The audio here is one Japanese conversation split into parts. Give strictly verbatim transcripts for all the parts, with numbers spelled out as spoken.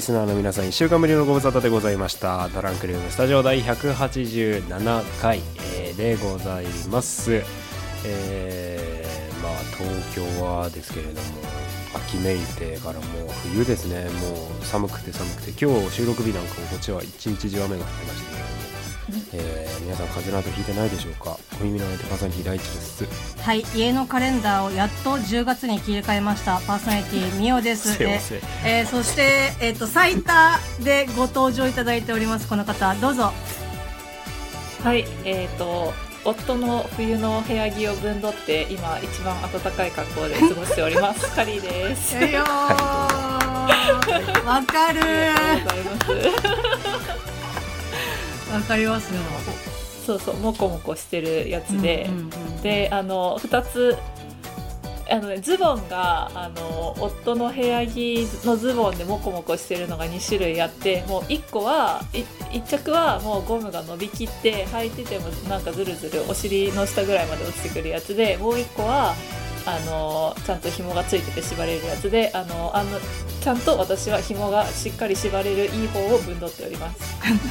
リスナーの皆さんいっしゅうかんぶりのご無沙汰でございました。トランクルームスタジオ第ひゃくはちじゅうななかい、えー、でございます。えー、まあ東京はですけれども秋めいてからもう冬ですね。もう寒くて寒くて、今日収録日なんかもこっちは一日中雨が降ってましたけれども、えー、皆さん風邪などひいてないでしょうか。小耳の相手パーソナリティ第一です。 はい、家のカレンダーをやっとじゅうがつに切り替えましたパーソナリティみおです。ええー、そして、えー、と最多でご登場いただいております。この方どうぞ。 はい、えーと夫の冬の部屋着をぶんどって今一番暖かい格好で過ごしておりますカリーです。 いやーわかるわかりますよ。 そうそう、モコモコしてるやつで、 うんうんうん、であのふたつあの、ね、ズボンがあの夫の部屋着のズボンでモコモコしてるのがにしゅるいあって、もういっこはいいっちゃくはもうゴムが伸びきって履いててもなんかズルズルお尻の下ぐらいまで落ちてくるやつで、もういっこはあのちゃんと紐がついてて縛れるやつで、あのあのちゃんと私は紐がしっかり縛れるいい方をぶんどっております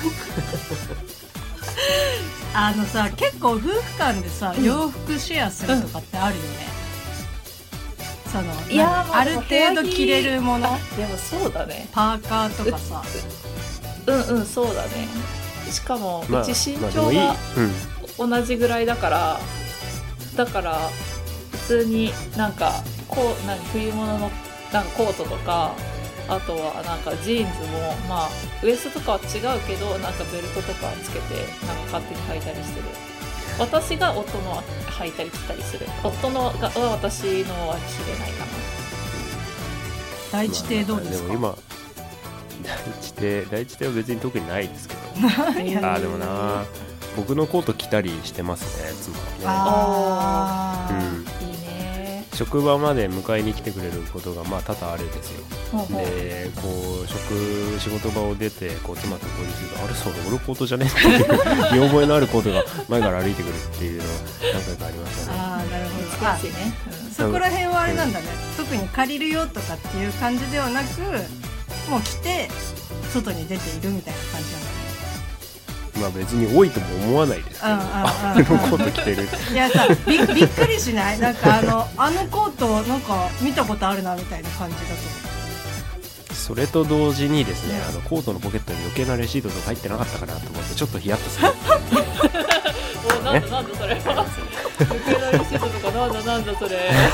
あのさ、結構夫婦間でさ、うん、洋服シェアするとかってあるよね、うん、そのいやある程度着れるもの。 でもそうだね、 パーカーとかさ、 うんうん、そうだね。しかも、まあ、うち身長が、まあうん、同じぐらいだからだから普通になんかこう何冬物のなんかコートとか、あとはなんかジーンズもまあウエストとかは違うけどなんかベルトとかつけてなんか勝手に履いたりしてる。私が夫の履いたり着たりする。夫のがは私のは着れないかな。 第一亭どうですか？ でも今第一亭第一亭は別に特にないですけどあでもな、僕のコート着たりしてますね、妻はね。 ああ、 うん、 いいね。 職場まで迎えに来てくれることがまあ多々あるんですよ。でこう職仕事場を出てこう妻と合流すると、あれそうだ俺コートじゃねっていう見覚えのあるコートが前から歩いてくるっていうの何回かありましたね。 ああなるほど。 少しね、 うん、そこら辺はあれなんだね、うん、特に借りるよとかっていう感じではなく、もう着て外に出ているみたいな感じなんだね。 まあ別に多いとも思わないですけど、あのコート着てるいやさ び, びっくりしない？なんかあのあのコートなんか見たことあるなみたいな感じだと。 それと同時にですね、あのコートのポケットに余計なレシートとか入ってなかったかなと思ってちょっとヒヤッとするおなんだなんだそれ余計なレシートとかなんだなんだそれ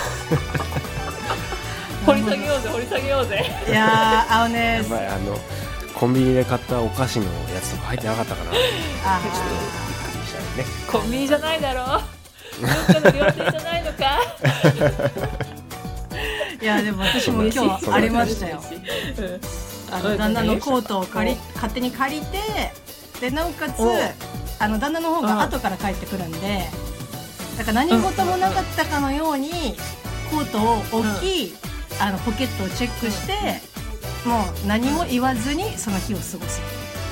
掘り下げようぜ掘り下げようぜ。 いやあのね、 まあ、あのコンビニで買ったお菓子のやつとか入ってなかったかな。あちょっとびっくりしたね。 コンビニじゃないだろどっかの料亭じゃないのかいやでも私も今日ありましたよ、うん、あの旦那のコートを借り勝手に借りて、でなおかつあの旦那の方が後から帰ってくるんで、だから何事もなかったかのようにコートを置き、うん、あのポケットをチェックして、うん、もう何も言わずにその日を過ごす。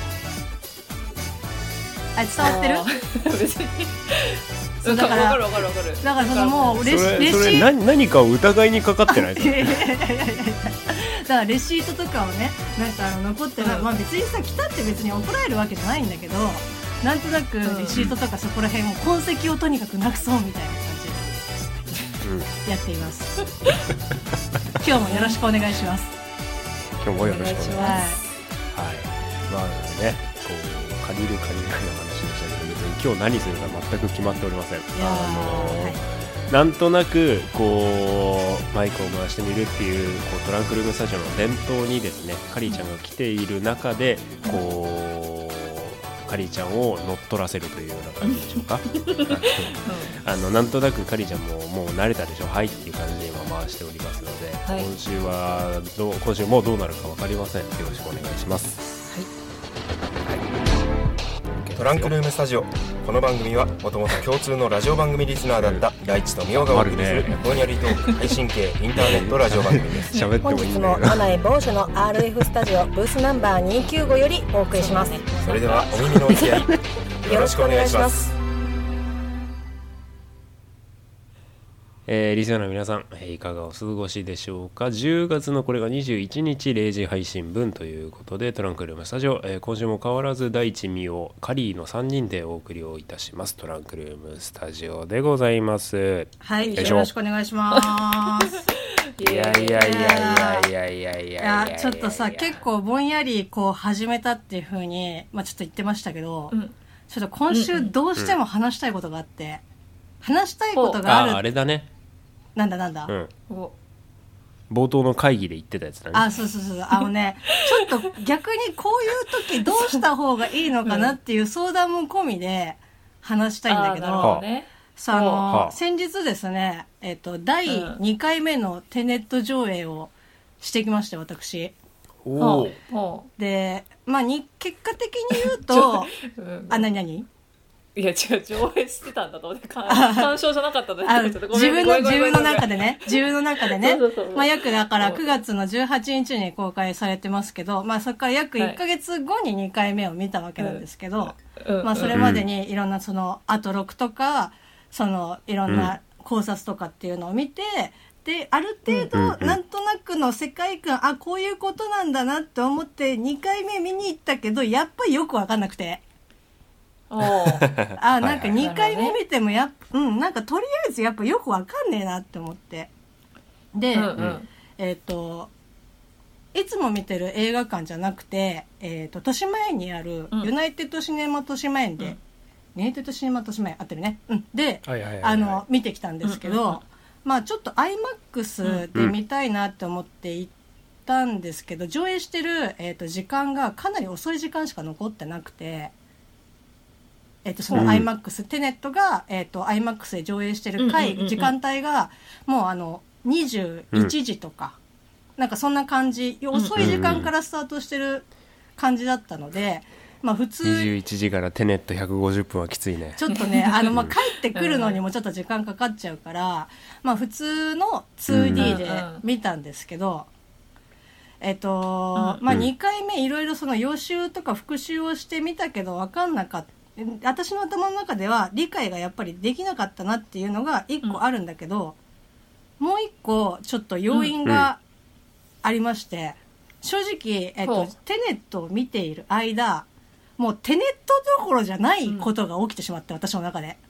あ、伝わってる？別にそうだからだからそのもうレシそれそれ 何, 何かを疑いにかかってないですか？ だからレシートとかをね、なんかあの残ってない、うん、まあ別にさ来たって別に怒られるわけじゃないんだけど、なんとなくレシートとかそこら辺も痕跡をとにかくなくそうみたいな感じでやっています、うん、今日もよろしくお願いします。 今日もよろしくお願いします。はい、はい、まあね、こう借りる借りないの話でしたけど、別に今日何するか全く決まっておりません。あのーはい、なんとなくこうマイクを回してみるっていう、こうトランクルームスタジオの伝統にですね、カリーちゃんが来ている中でこうカリーちゃんを乗っ取らせるというような感じでしょうかあのなんとなくカリーちゃんももう慣れたでしょ、はいっていう感じで今回しておりますので、はい、今週はどう今週もどうなるか分かりません。よろしくお願いします。 はいはい、トランクルームスタジオ、この番組はもともと共通のラジオ番組リスナーだった大地とみおがお送りするぼんやりトーク配信系インターネットラジオ番組です。 本日もアナエ某所の アールエフ スタジオブースナンバーにひゃくきゅうじゅうごよりお送りします。 それではお耳のお付き合いよろしくお願いします。 えー、リスナーの皆さん、えー、いかがお過ごしでしょうか。じゅうがつのこれがにじゅういちにちれいじ配信分ということで、トランクルームスタジオ、えー、今週も変わらず大地美桜カリーのさんにんでお送りをいたします。トランクルームスタジオでございます。 はい、よろしくお願いしますいやいやいやいやいやいやいやいやいやちょっとさ、結構ぼんやりこう始めたっていう風にまあちょっと言ってましたけど、うん、ちょっと今週どうしても話したいことがあって、うん、話したいことがある。 あ、あれだね。 なんだなんだ、うん、 冒頭の会議で言ってたやつだね。 あ、そうそうそう。あのね、ちょっと逆にこういう時どうした方がいいのかなっていう相談も込みで話したいんだけど、あ、ね、さあの、はあ、先日ですね、えっと、だいにかいめのテネット上映をしてきまして、私。 おで、まあに、結果的に言うと、うん、あ、なになにいや違う、上映してたんだと思って、鑑賞じゃなかったので自分の自分の中でね自分の中でねまあ約だからくがつのじゅうはちにちに公開されてますけど、まあそこから約いっかげつごににかいめを見たわけなんですけど、はい、まあそれまでにいろんなそのアトロクとかそのいろんな考察とかっていうのを見て、である程度なんとなくの世界観、あ、こういうことなんだなって思ってにかいめ見に行ったけど、やっぱりよく分かんなくて。おあ、なんかにかいめ見てもやっぱ、うん、なんかとりあえずやっぱよくわかんねえなって思って。で、うんうん、えっと、いつも見てる映画館じゃなくて、えっと、豊島園にあるユナイテッドシネマ豊島園で、うん、ユナイテッドシネマ豊島園合ってるね。うん。で、はいはいはいはい、あの、見てきたんですけど、うんうんうん、まあちょっと アイマックス で見たいなって思って行ったんですけど、上映してる、えっと、時間がかなり遅い時間しか残ってなくて、えっと、その アイマックス、うん、テネットが、えっと、アイマックス で上映してる回、うんうんうんうん、時間帯が、もうあの、にじゅういちじとか、うん、なんかそんな感じ、遅い時間からスタートしてる感じだったので、まあ普通。 にじゅういちじからテネットひゃくごじゅっぷんはきついね。 ちょっとね、あの、まあ帰ってくるのにもちょっと時間かかっちゃうから、まあ普通の ツーディー で見たんですけど、えっと、まあにかいめいろいろその予習とか復習をしてみたけど分かんなかった。私の頭の中では理解がやっぱりできなかったなっていうのが一個あるんだけど、うん、もう一個ちょっと要因がありまして、うん、正直、えっと、テネットを見ている間、もうテネットどころじゃないことが起きてしまって、うん、私の中で。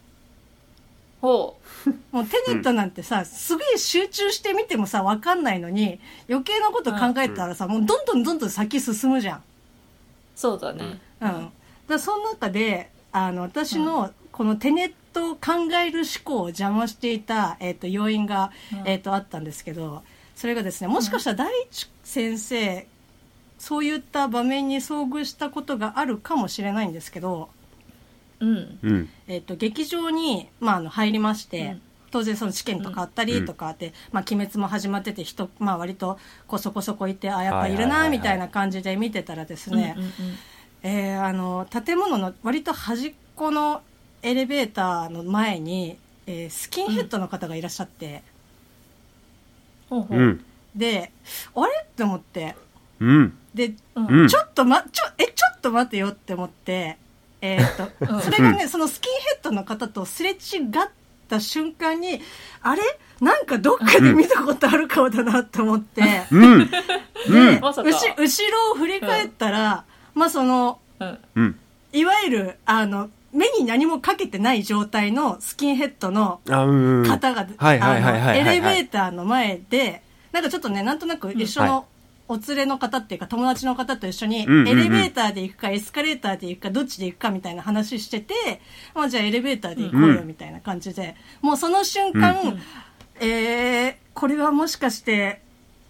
ほう。もうテネットなんてさ、すごい集中して見てもさ、わかんないのに、余計なこと考えたらさ、うん、もうどんどんどんどん先進むじゃん。 そうだね。 うん。だその中であの私のこのテネットを考える思考を邪魔していた、えー、と要因が、えー、とあったんですけど、それがですね、もしかしたら大地先生、そういった場面に遭遇したことがあるかもしれないんですけど、 うんえー、と劇場に、まあ、あの入りまして、うん、当然そのチケット買ったりとかで、うんまあ、鬼滅も始まってて人、まあ、割とこそこそこいて、あやっぱいるなみたいな感じで見てたらですね、うんうんうんえー、あの建物の割と端っこのエレベーターの前に、えー、スキンヘッドの方がいらっしゃって、 うん、 であれって思って、 うん、 で、うん、ちょっとまちょえちょっと待てよって思って、えー、っとそれがねそのスキンヘッドの方とすれ違った瞬間にあれなんかどっかで見たことある顔だなって思って、 うん、で、 うん、後ろを振り返ったら、うんまあその、 うん、 いわゆるあの目に何もかけてない状態のスキンヘッドの方がエレベーターの前でなんかちょっとねなんとなく一緒のお連れの方っていうか友達の方と一緒にエレベーターで行くかエスカレーターで行くかどっちで行くかみたいな話してて、まあじゃあエレベーターで行こうよみたいな感じで、もうその瞬間、うん、えー、これはもしかして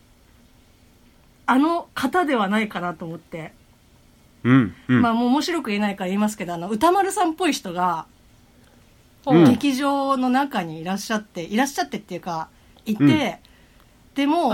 あの方ではないかなと思って。 うんうん、 まあもう面白く言えないから言いますけど、あの歌丸さんっぽい人が、うん、劇場の中にいらっしゃっていらっしゃってっていうかいて、うん、でも、うん、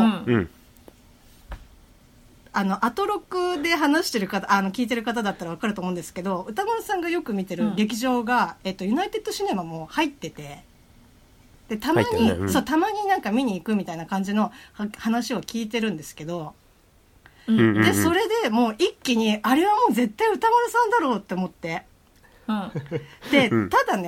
あのアトロクで話してる方あの聞いてる方だったら分かると思うんですけど、歌丸さんがよく見てる劇場が、うんえっと、ユナイテッドシネマも入ってて、でたまに、ねうん、そうたまになんか見に行くみたいな感じの話を聞いてるんですけど。うん、でそれでもう一気にあれはもう絶対歌丸さんだろうって思って、うん、でただね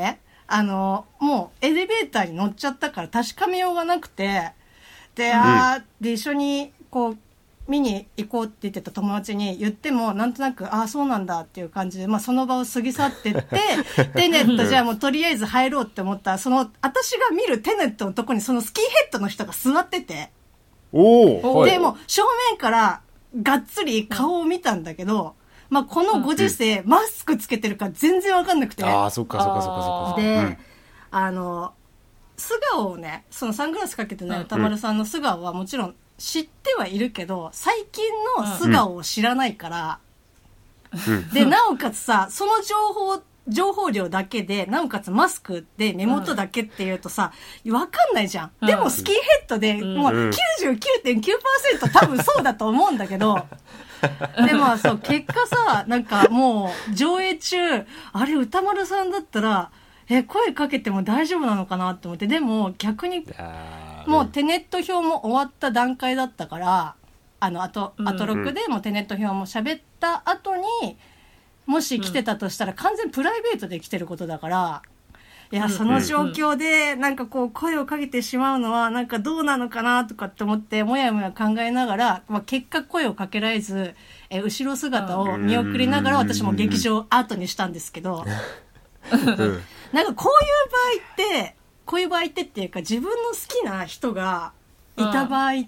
あのもうエレベーターに乗っちゃったから確かめようがなくて、で、うん、あで一緒にこう見に行こうって言ってた友達に言ってもなんとなくああそうなんだっていう感じで、まあ、その場を過ぎ去ってってテネットじゃあもうとりあえず入ろうって思ったら、その私が見るテネットのとこにそのスキンヘッドの人が座ってて、 おでもう正面からがっつり顔を見たんだけど、まあ、このご時世、うん、マスクつけてるから全然わかんなくて、 ああそっかそっかそっかそっかで、うん、あの素顔をね、そのサングラスかけてない歌丸さんの素顔はもちろん知ってはいるけど最近の素顔を知らないから、うん、でなおかつさその情報情報量だけでなおかつマスクで目元だけっていうとさ、うん、分かんないじゃん、うん、でもスキンヘッドでもう きゅうじゅうきゅうてんきゅうパーセント 多分そうだと思うんだけどでもそう結果さなんかもう上映中あれ歌丸さんだったらえ声かけても大丈夫なのかなって思って、でも逆にもうテネット表も終わった段階だったから、あのあとあとろくでもうテネット表も喋った後にもし来てたとしたら完全プライベートで来てることだから、いやその状況でなんかこう声をかけてしまうのはなんかどうなのかなとかって思ってもやもや考えながら、まあ、結果声をかけられずえ後ろ姿を見送りながら私も劇場アートにしたんですけどなんかこういう場合ってこういう場合ってっていうか自分の好きな人がいた場合って、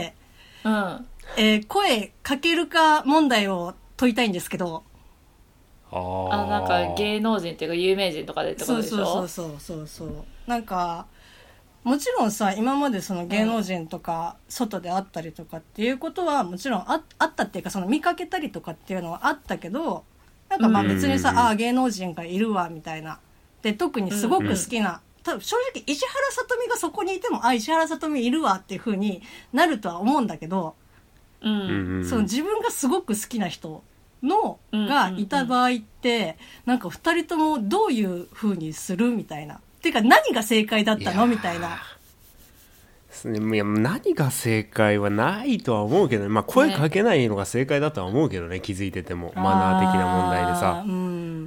うんうんえー、声かけるか問題を問いたいんですけど、 ああなんか芸能人っていうか有名人とかでってことでしょ。 そうそうそうそうそうなんかもちろんさ今までその芸能人とか外で会ったりとかっていうことはもちろん あ, あったっていうかその見かけたりとかっていうのはあったけど、なんかまあ別にさ、うん、ああ芸能人がいるわみたいなで特にすごく好きな、うん、多分正直石原さとみがそこにいてもあ石原さとみいるわっていう風になるとは思うんだけど、うん、その自分がすごく好きな人のがいた場合って、うんうんうん、なんかふたりともどういう風にするみたいな、っていうか何が正解だったのみたいな。 いや何が正解はないとは思うけど、ねまあ、声かけないのが正解だとは思うけどね、気づいててもマナー的な問題でさ、 うん、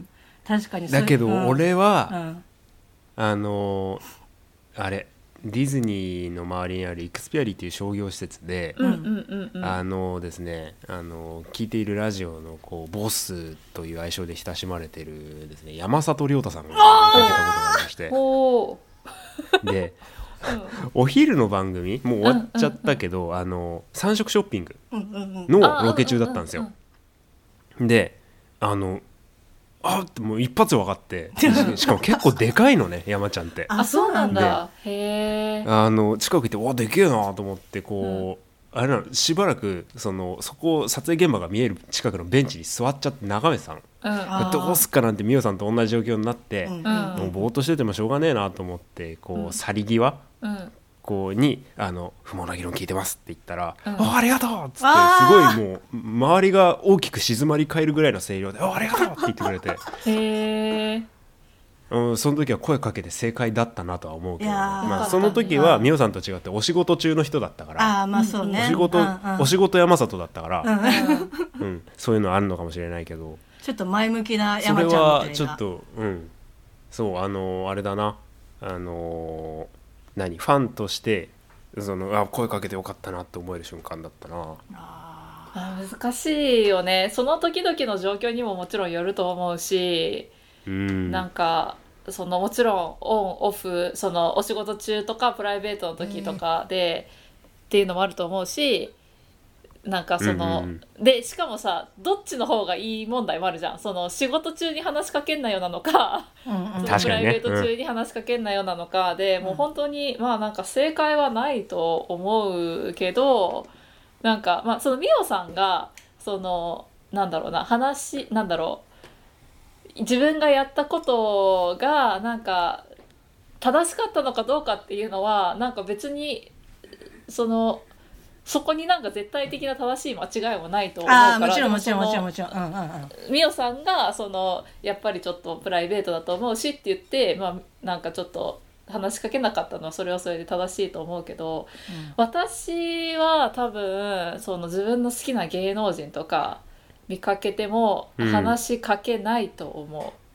確かにだけど俺は、うん、あのあれディズニーの周りにあるイクスピアリっていう商業施設で、うんうんうん、あのですねあの聞いているラジオのこうボスという愛称で親しまれてるですね山里亮太さんが見かけたことがありまして、でお昼の番組もう終わっちゃったけど、うんうんうん、あの三色ショッピングのロケ中だったんですよ。であのあってもう一発分かってしかも結構でかいのね山ちゃんってあそうなんだへーあの近く行っておでけえなと思ってこう、うん、あれなのしばらくそのそこ撮影現場が見える近くのベンチに座っちゃって眺めてたの、うん、どうすっかなんてみおさんと同じ状況になって、うん、もうぼーっとしててもしょうがねえなと思ってこう、うん、去り際、うんこうにあの不毛な議論聞いてますって言ったら、うん、あ, ありがとうっつってすごいもう周りが大きく静まり返るぐらいの声量であありがとうって言ってくれてへー、うん、その時は声かけて正解だったなとは思うけど、まあ、その時はみおさんと違ってお仕事中の人だったからあ、まあそうね、 お仕事、うんうん、お仕事山里だったから、うんうん、そういうのあるのかもしれないけどちょっと前向きな山ちゃんみたいなそれはちょっと、うん、そうあのあれだなあの何ファンとしてそのあ声かけてよかったなって思える瞬間だったな。 あ難しいよね。その時々の状況にももちろんよると思うし、うん、なんかそのもちろんオンオフそのお仕事中とかプライベートの時とかで、うん、っていうのもあると思うし、なんかその、うんうん、でしかもさどっちの方がいい問題もあるじゃん。その仕事中に話しかけんなよなのか、うんうん、そのプライベート中に話しかけんなよなのかで、うん、もう本当にまあなんか正解はないと思うけど、なんかまあそのミオさんがそのなんだろうな話なんだろう自分がやったことがなんか正しかったのかどうかっていうのはなんか別にそのそこになんか絶対的な正しい間違いもないと思うから、 あもちろんもちろんもちろんもちろん、うんうんうん、 ミオさんがそのやっぱりちょっとプライベートだと思うしって言って、まあ、なんかちょっと話しかけなかったのはそれはそれで正しいと思うけど、うん、私は多分その自分の好きな芸能人とか見かけても話しかけないと思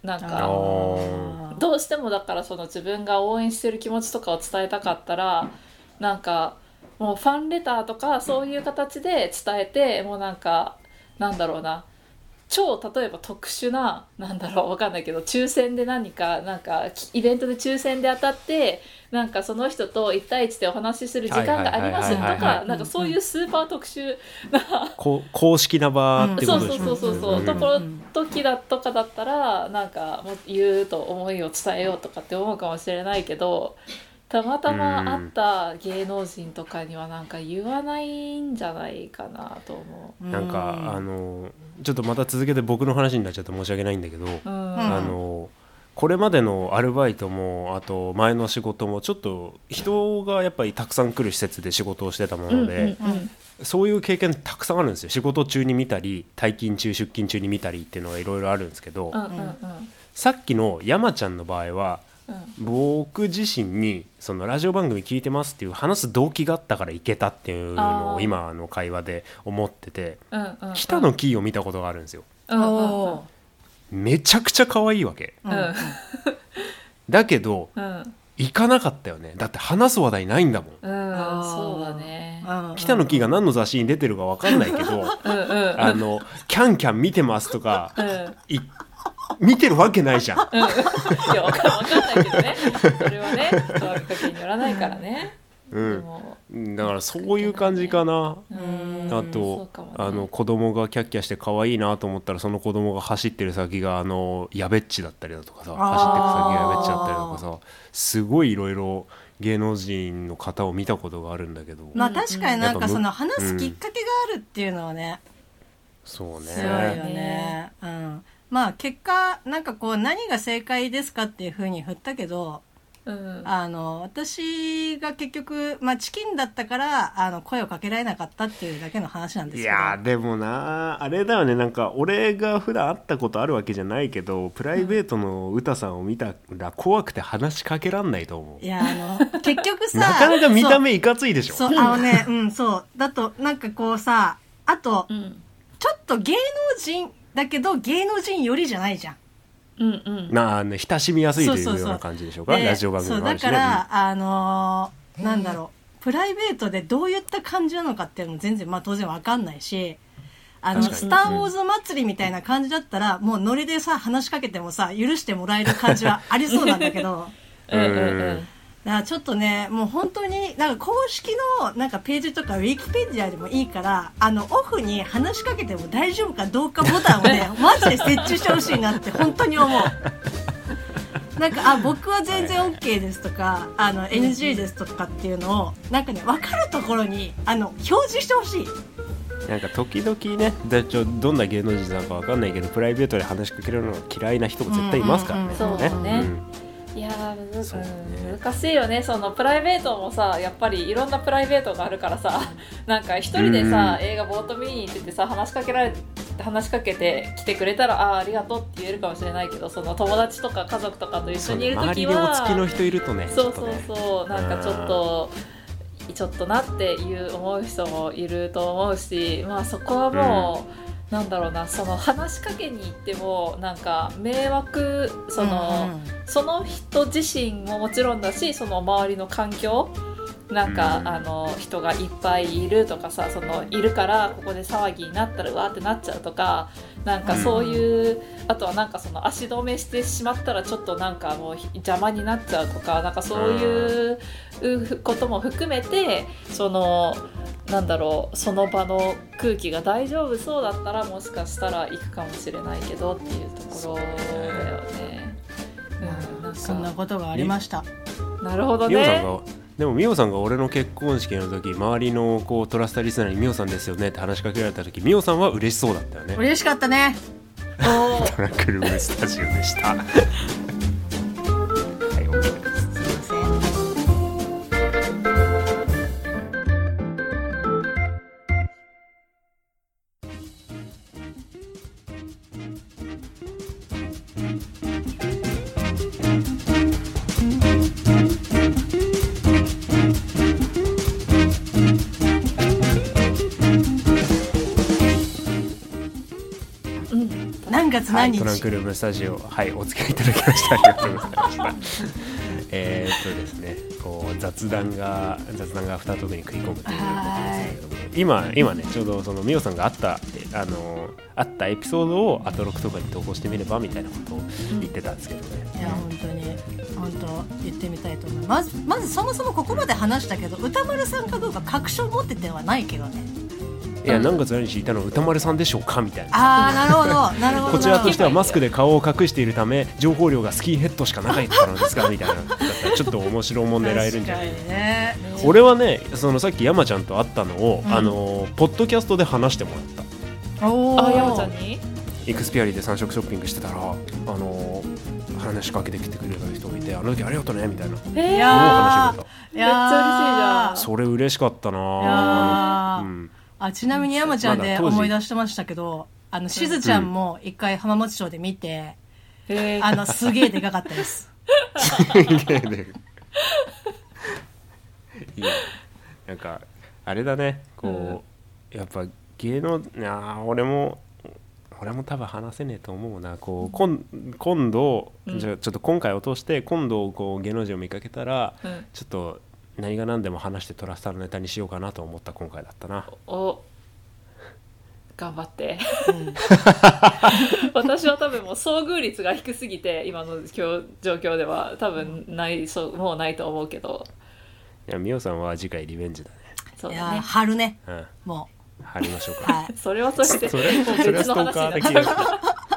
なんかどうしてもだからその自分が応援してる気持ちとかを伝えたかったらなんかもうファンレターとかそういう形で伝えてもうなんかなんだろうな超例えば特殊ななんだろうわかんないけど抽選で何かなんかイベントで抽選で当たってなんかその人といち対いちでお話しする時間がありますとかなんかそういうスーパー特殊な公式な場ってことでしょ。 そうそうそうそう、うん、ところ時だとかだったらなんかもう言うと思いを伝えようとかって思うかもしれないけどたまたま会った芸能人とかにはなんか言わないんじゃないかなと思う。 なんかあのちょっとまた続けて僕の話になっちゃって申し訳ないんだけど、うん、あのこれまでのアルバイトもあと前の仕事もちょっと人がやっぱりたくさん来る施設で仕事をしてたもので、うんうんうん、そういう経験たくさんあるんですよ。仕事中に見たり退勤中出勤中に見たりっていうのがいろいろあるんですけど、うんうんうん、さっきの山ちゃんの場合はうん、僕自身にそのラジオ番組聞いてますっていう話す動機があったからいけたっていうのを今の会話で思ってて、うんうんうん、北野キーを見たことがあるんですよ、うんうんうん、めちゃくちゃ可愛いわけ、うん、だけど、うん、行かなかったよね。だって話す話題ないんだもん、 うん、そうだね。 北野キーが何の雑誌に出てるか分かんないけどうん、うん、あのキャンキャン見てますとか、うん、い見てるわけないじゃん、うん、いや分かんないけどねそれはね人は見かけによらないからね、 うん、でもだからそういう感じかな。あと、ね、あの子供がキャッキャして可愛いなと思ったらその子供が走ってる先があのやべっちだったりだとかさ走ってる先がやべっちだったりとかさすごいいろいろ芸能人の方を見たことがあるんだけど、 まあ確かになんかその話すきっかけがあるっていうのはね、 うん、そうね強いよね、うん、まあ結果なんかこう何が正解ですかっていう風に振ったけど、うん、あの私が結局、まあ、チキンだったからあの声をかけられなかったっていうだけの話なんですけど。 いやでもなあれだよね。なんか俺が普段会ったことあるわけじゃないけどプライベートの歌さんを見たら怖くて話しかけらんないと思う。 いやあの結局さなかなか見た目いかついでしょ。 そうそうあのねうんそうだとなんかこうさあと、うん、ちょっと芸能人だけど芸能人よりじゃないじゃん。 うんうん、 なあね、親しみやすいというような感じでしょうか。ラジオ番組もあるしね。そうだから、あのー、なんだろうプライベートでどういった感じなのかっていうのも全然、まあ、当然わかんないしあのスターウォーズ祭りみたいな感じだったら、うん、もうノリでさ話しかけてもさ許してもらえる感じはありそうなんだけどうんうん、うんだからちょっとねもう本当になんか公式のなんかページとかウィキペディアでもいいからあのオフに話しかけても大丈夫かどうかボタンをねマジで設置してほしいなって本当に思う。なんかあ僕は全然 OK ですとかあの エヌジー ですとかっていうのをなんかね分かるところにあの表示してほしい。 なんか時々ねだちょどんな芸能人なのか分かんないけどプライベートで話しかけるのが嫌いな人も絶対いますからね。 そうですね、うんいやー、ね、難しいよね。そのプライベートもさやっぱりいろんなプライベートがあるからさなんか一人でさ、うん、映画ぼーっと見に行っててさ話しかけられ話しかけて来てくれたら あ, ありがとうって言えるかもしれないけどその友達とか家族とかと一緒にいるときは周りでお付きの人いるとねそうそうそうなんかちょっとちょっとなっていう思う人もいると思うしまあそこはもう、うんなんだろうなその話しかけに行ってもなんか迷惑その、うんうん、その人自身ももちろんだしその周りの環境なんか、うん、あの人がいっぱいいるとかさそのいるからここで騒ぎになったらうわーってなっちゃうとかなんかそういう、うん、あとはなんかその足止めしてしまったらちょっとなんかもう邪魔になっちゃうとかなんかそういうことも含めてそのなんだろうその場の空気が大丈夫そうだったらもしかしたら行くかもしれないけどっていうところだよね。 うん、なんかそんなことがありました。 なるほどね。 でもミオさんが俺の結婚式の時周りのこうトラスタリスナーにミオさんですよねって話しかけられた時ミオさんは嬉しそうだったよね。 嬉しかったね。 トラクルームスタジオでしたはい、OK です。すいません。 な何月何日、 はい、トランクルームスタジオ、はい、お付き合いいただきましてありがとうございましたえーっとですねこう雑談が雑談がアフタートークに食い込むということですけれども、今今ねちょうどそのミオさんがあったあのあったエピソードをアトロクとかに投稿してみればみたいなことを言ってたんですけどね、 うん、いや本当に本当言ってみたいと思います。まず、まずそもそもここまで話したけど歌丸さんかどうか確証持っててはないけどね。 いや何月何日いたの歌丸さんでしょうかみたいな。 あーなるほどなるほど。 こちらとしてはマスクで顔を隠しているため情報量がスキンヘッドしかなかったのですかみたいなだったらちょっと面白もん狙えるんじゃない、 ね、 俺はねそのさっき山ちゃんと会ったのを、 うん、 あのポッドキャストで話してもらった。 おあ山ちゃんにイクスピアリでさん色ショッピングしてたらあの話しかけてきてくれた人がいてあの時ありがとうねみたいな、 えー、いやーめっちゃ嬉しいじゃん。 それ嬉しかったな。 いや、うん、あちなみに山ちゃんで思い出してましたけど、あのしずちゃんも一回浜松町で見て、うん、あのすげえでかかったですすげえでいやなんかあれだねこう、うん、やっぱ芸能あ俺も俺も多分話せねえと思うなこう今, 今度、うん、じゃあちょっと今回を通して今度こう芸能人を見かけたら、うん、ちょっと何が何でも話してトラスターのネタにしようかなと思った今回だったな。 お頑張って、うん、私は多分もう遭遇率が低すぎて今の状況では多分ないそうもうないと思うけど、 いやミオさんは次回リベンジだね。 そうだね、春ね、 うん、 もう貼りましょうか、はい、 それはそれでそれもう別の話になっちゃう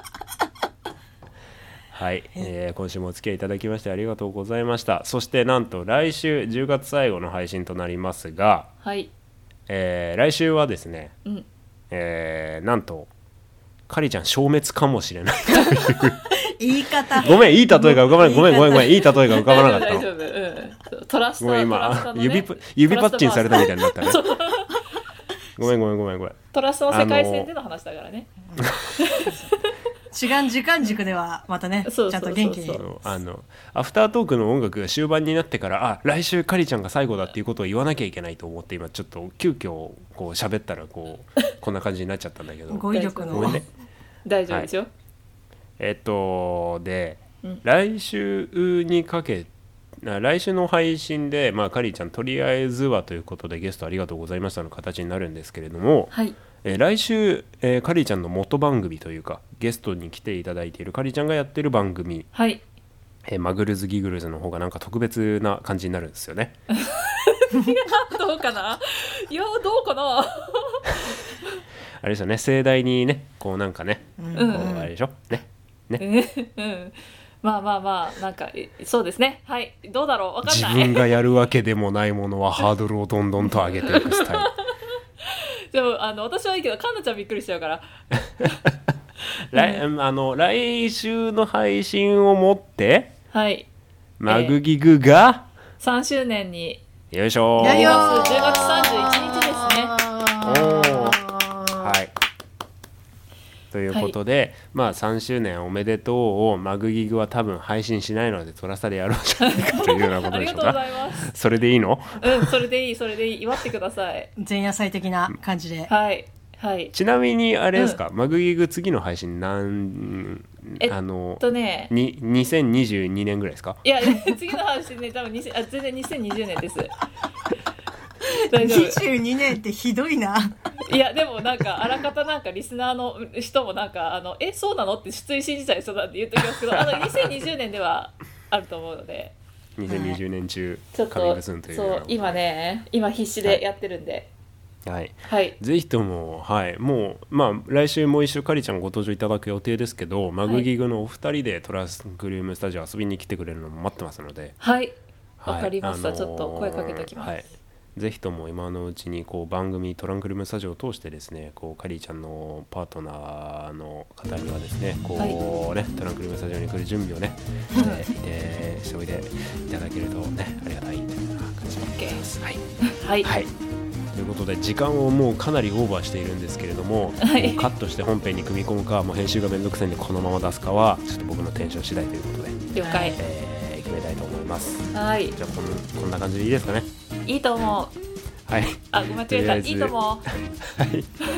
はい、えー、今週もお付き合いいただきましてありがとうございました。そしてなんと来週じゅうがつ最後の配信となりますが、 はい、 えー、来週はですね、 うんえー、なんとカリちゃん消滅かもしれない言い方ごめんいい例えが浮かばないごめんごめんごめんいい例えが浮かばなかったの大丈夫、うん、トラスターごめん今、ね、指, 指パッチンされたみたいになったねごめんごめんごめんごめんトラストの世界線での話だからね違う時間軸ではまたねちゃんと元気にあのアフタートークの音楽が終盤になってからあ来週カリちゃんが最後だっていうことを言わなきゃいけないと思って今ちょっと急遽こう喋ったらこうこんな感じになっちゃったんだけど語彙力のごめんね大丈夫ですよ、はい、 えっとで、うん、来週にかけ来週の配信で、まあ、カリちゃんとりあえずはということでゲストありがとうございましたの形になるんですけれども、 はいえー、来週、えー、カリちゃんの元番組というかゲストに来ていただいているカリちゃんがやってる番組、 はいえー、マグルズギグルズの方がなんか特別な感じになるんですよねどうかないやどうかなあれですよね盛大にねこうなんかね、うん、こうあれでしょねね、 うんまあまあまあなんかそうですねはいどうだろうわかんない自分がやるわけでもないものはハードルをどんどんと上げていくスタイルでもあの私はいいけどカンナちゃんびっくりしちゃうから来, あの来週の配信をもってはいマグギグがさんしゅうねんによいしょやりますじゅうがつさんじゅういちにちですねおはいということで、はい、まあさんしゅうねんおめでとうをマグギグは多分配信しないのでトラスタでやろうじゃないかというようなことでしょうかありがとうございますそれでいいの？ うんそれでいいそれでいい祝ってください前夜祭的な感じではいはいちなみにあれですか、うん、マグギグ次の配信なんえあのっとねににせんにじゅうにねんぐらいですか？ いや次の配信ね多分にせんあ全然にせんにじゅうねんですにじゅうにねんってひどいないやでもなんかあらかたなんかリスナーの人もなんかあのえそうなのって出演信じたりそうだって言っときますけどあのにせんにじゅうねんではあると思うのでにせんにじゅうねん中、 はい、 カミングスーンというそう今ね今必死でやってるんではい、 はい、 ぜひとも、はい、もう、まあ、来週もう一週カリちゃんご登場いただく予定ですけど、はい、マグギグのお二人でトランクルームスタジオ遊びに来てくれるのも待ってますのではいわ、はい、かりました、あのー、ちょっと声かけておきます、はいぜひとも今のうちにこう番組トランクルームスタジオを通してですねこうカリーちゃんのパートナーの方にはですねこうね、はい、トランクルームスタジオに来る準備をねしてしておいていただけるとねありがたいというような感じです、はいはいはい、ということで時間をもうかなりオーバーしているんですけれども、 はい、 もうカットして本編に組み込むかもう編集がめんどくさいんでこのまま出すかはちょっと僕のテンション次第ということで了解、 えー、決めたいと思います。 はい、 じゃあこん、こんな感じでいいですかね。 いいと思う。 はい、 あ、間違えた。いいと思う。 はい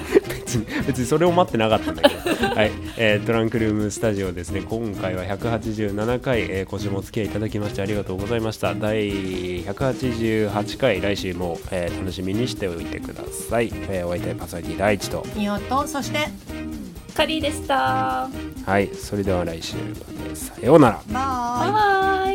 別に別にそれを待ってなかったんだけどはい、えー、トランクルームスタジオですね、今回はひゃくはちじゅうななかい、えー、今週もお付き合いいただきましてありがとうございました。だいひゃくはちじゅうはちかい、来週も、えー、楽しみにしておいてください。えー、お相手パーソナリティ第一とみおと、そしてカリーでした。 はい、それでは来週までさようなら。 バイバイ。